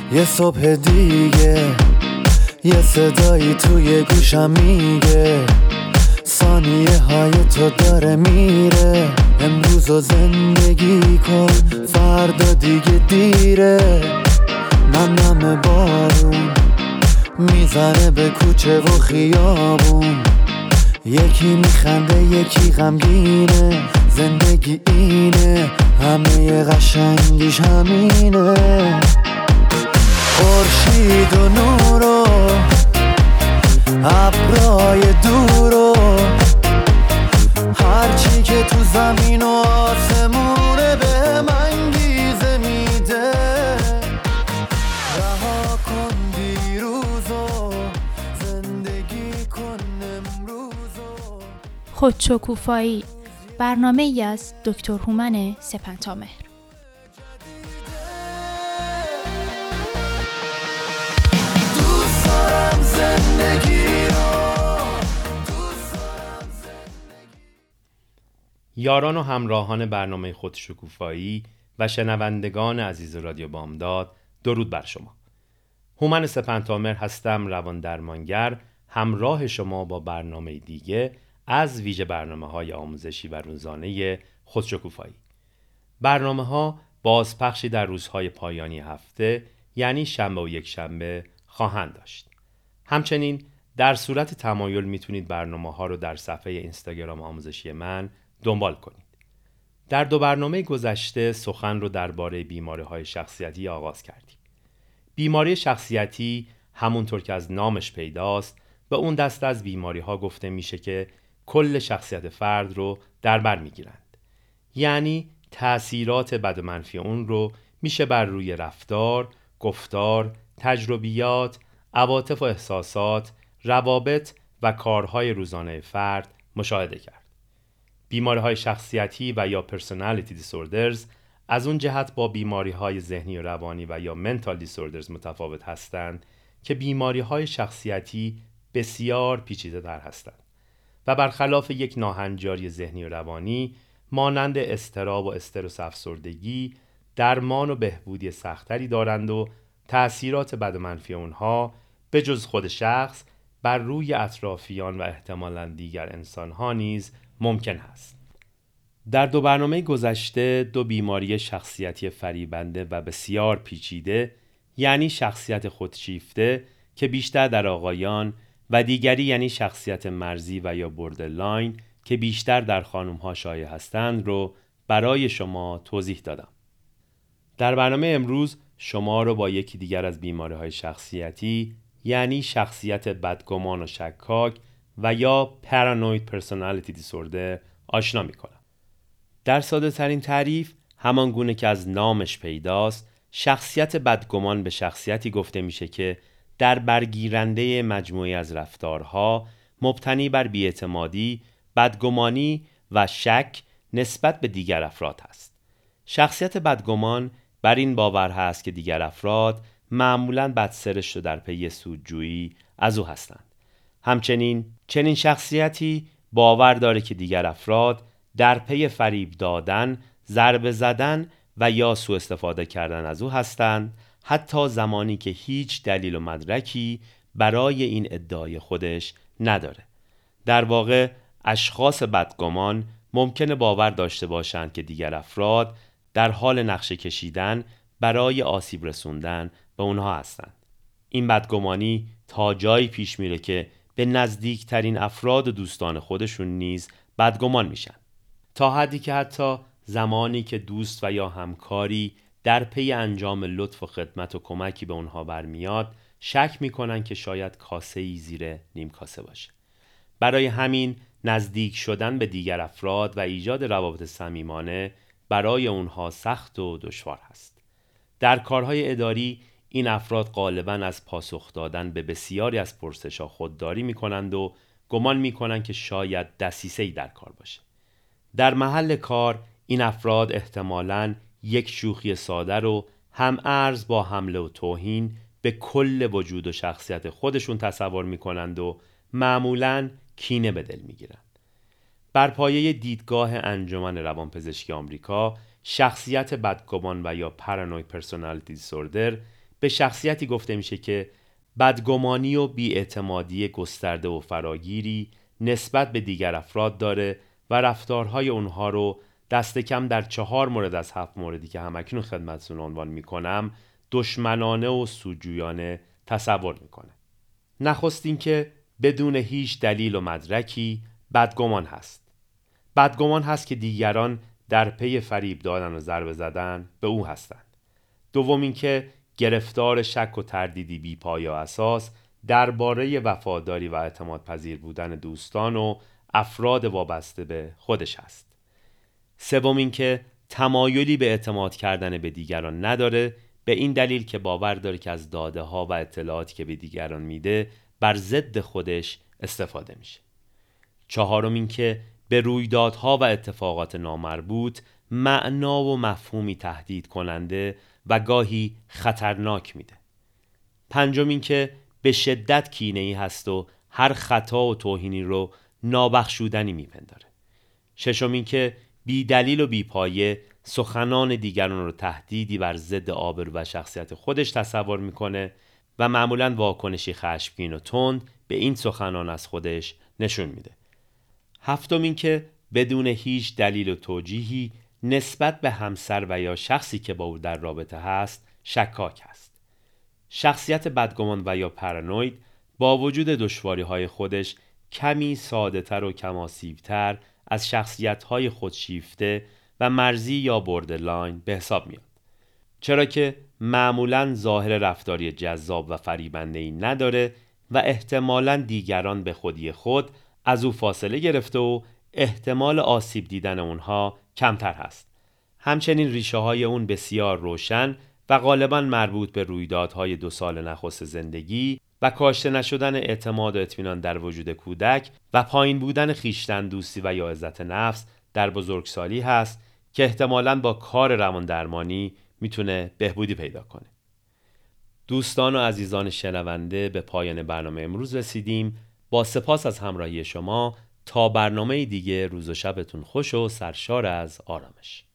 یه صبح دیگه یه صدایی توی گوشم میگه ثانیه های تو داره میره، امروز رو زندگی کن فردا دیگه دیره. نم بارون میزنه به کوچه و خیابون، یکی میخنده یکی غمگینه، زندگی اینه همه قشنگیش همینه. خورشید و نور و ابرای دور و هرچی که تو زمین و آسمونه به من انگیزه میده. رها کن دیروزو زندگی کن امروزو. خودشکوفایی، برنامه ای از دکتر هومن سپنتامهر. یاران و همراهان برنامه خودشکوفایی و شنوندگان عزیز رادیو بامداد، درود بر شما. هومن سپنتامهر هستم، روان درمانگر، همراه شما با برنامه دیگه از ویژه برنامه‌های آموزشی و روزانه خودشکوفایی. برنامه‌ها بازپخشی در روزهای پایانی هفته، یعنی شنبه و یکشنبه خواهند داشت. همچنین در صورت تمایل میتونید برنامه‌ها رو در صفحه اینستاگرام آموزشی من دنبال کنید. در 2 برنامه گذشته سخن رو درباره بیماری‌های شخصیتی آغاز کردیم. بیماری شخصیتی همونطور که از نامش پیداست به اون دسته از بیماری‌ها گفته میشه که کل شخصیت فرد رو در بر میگیرند. یعنی تأثیرات بد و منفی اون رو میشه بر روی رفتار، گفتار، تجربیات، عواطف و احساسات، روابط و کارهای روزانه فرد مشاهده کرد. بیماری‌های شخصیتی و یا personality disorders از اون جهت با بیماری‌های ذهنی و روانی و یا mental disorders متفاوت هستند که بیماری‌های شخصیتی بسیار پیچیده‌تر هستند و برخلاف یک ناهنجاری ذهنی و روانی مانند اضطراب و استرس و افسردگی درمان و بهبودی سختری دارند و تأثیرات بد و منفی اونها به جز خود شخص بر روی اطرافیان و احتمالاً دیگر انسان‌ها نیز ممکن است. در 2 برنامه گذشته 2 بیماری شخصیتی فریبنده و بسیار پیچیده، یعنی شخصیت خودشیفته که بیشتر در آقایان و دیگری یعنی شخصیت مرزی و یا بوردرلاین که بیشتر در خانم‌ها شایع هستند رو برای شما توضیح دادم. در برنامه امروز شما رو با یکی دیگر از بیماری‌های شخصیتی، یعنی شخصیت بدگمان و شکاک و یا Paranoid Personality Disorder آشنا می‌کنم. در ساده ترین تعریف، همان گونه که از نامش پیداست، شخصیت بدگمان به شخصیتی گفته میشه که در برگیرنده مجموعی از رفتارها مبتنی بر بی‌اعتمادی، بدگمانی و شک نسبت به دیگر افراد است. شخصیت بدگمان بر این باور هست که دیگر افراد معمولاً بدسرشت و در پی سودجویی از او هستند. همچنین چنین شخصیتی باور داره که دیگر افراد در پی فریب دادن، ضربه زدن و یا سوء استفاده کردن از او هستند، حتی زمانی که هیچ دلیل و مدرکی برای این ادعای خودش نداره. در واقع اشخاص بدگمان ممکنه باور داشته باشند که دیگر افراد در حال نقشه کشیدن برای آسیب رسوندن به اونها هستند. این بدگمانی تا جایی پیش میره که به نزدیکترین افراد و دوستان خودشون نیز بدگمان میشن، تا حدی که حتی زمانی که دوست و یا همکاری در پی انجام لطف و خدمت و کمکی به اونها برمیاد شک میکنن که شاید کاسه‌ای زیر نیم کاسه باشه. برای همین نزدیک شدن به دیگر افراد و ایجاد روابط صمیمانه برای اونها سخت و دشوار هست. در کارهای اداری این افراد غالباً از پاسخ دادن به بسیاری از پرسش‌ها خودداری می‌کنند و گمان می‌کنند که شاید دسیسه‌ای در کار باشه. در محل کار این افراد احتمالاً یک شوخی ساده رو هم ارز با حمله و توهین به کل وجود و شخصیت خودشون تصور می‌کنند و معمولاً کینه به دل می‌گیرند. بر پایه دیدگاه انجمن روانپزشکی آمریکا، شخصیت بدگمان و یا Paranoid Personality Disorder به شخصیتی گفته میشه که بدگمانی و بی‌اعتمادی گسترده و فراگیری نسبت به دیگر افراد داره و رفتارهای اونها رو دست کم در 4 مورد از 7 موردی که همکنون خدمتتون عنوان میکنم دشمنانه و سودجویانه تصور میکنه. نخست این که بدون هیچ دلیل و مدرکی بدگمان هست. بدگمان هست که دیگران در پی فریب دادن و ضربه زدن به او هستند. دوم این که گرفتار شک و تردیدی بی پایه و اساس درباره وفاداری و اعتماد پذیر بودن دوستان و افراد وابسته به خودش هست. سوم این که تمایلی به اعتماد کردن به دیگران نداره، به این دلیل که باور داره که از داده ها و اطلاعاتی که به دیگران میده بر ضد خودش استفاده میشه. چهارم این که به رویدادها و اتفاقات نامربوط معنا و مفهومی تهدید کننده و گاهی خطرناک میده. پنجم این که به شدت کینه‌ای هست و هر خطا و توهینی رو نابخشودنی میپنداره. ششم این که بی دلیل و بی پایه سخنان دیگران رو تهدیدی بر ضد آبرو و شخصیت خودش تصور میکنه و معمولاً واکنشی خشمگین و تند به این سخنان از خودش نشون میده. هفتم این که بدون هیچ دلیل و توجیهی نسبت به همسر و یا شخصی که با او در رابطه هست شکاک است. شخصیت بدگمان و یا پارانوید با وجود دشواری‌های خودش کمی ساده‌تر و کم آسیب‌تر از شخصیت‌های خودشیفته و مرزی یا بوردرلاین به حساب میاد. چرا که معمولاً ظاهر رفتاری جذاب و فریبنده‌ای نداره و احتمالاً دیگران به خودی خود از او فاصله گرفته و احتمال آسیب دیدن اونها کمتر هست. همچنین ریشه‌های اون بسیار روشن و غالباً مربوط به رویدادهای 2 سال نخست زندگی و کاشته نشدن اعتماد و اطمینان در وجود کودک و پایین بودن خویشتن دوستی و یا عزت نفس در بزرگسالی هست که احتمالاً با کار رواندرمانی میتونه بهبودی پیدا کنه. دوستان و عزیزان شنونده، به پایان برنامه امروز رسیدیم. با سپاس از همراهی شما. تا برنامه دیگه، روز و شبتون خوش و سرشار از آرامش.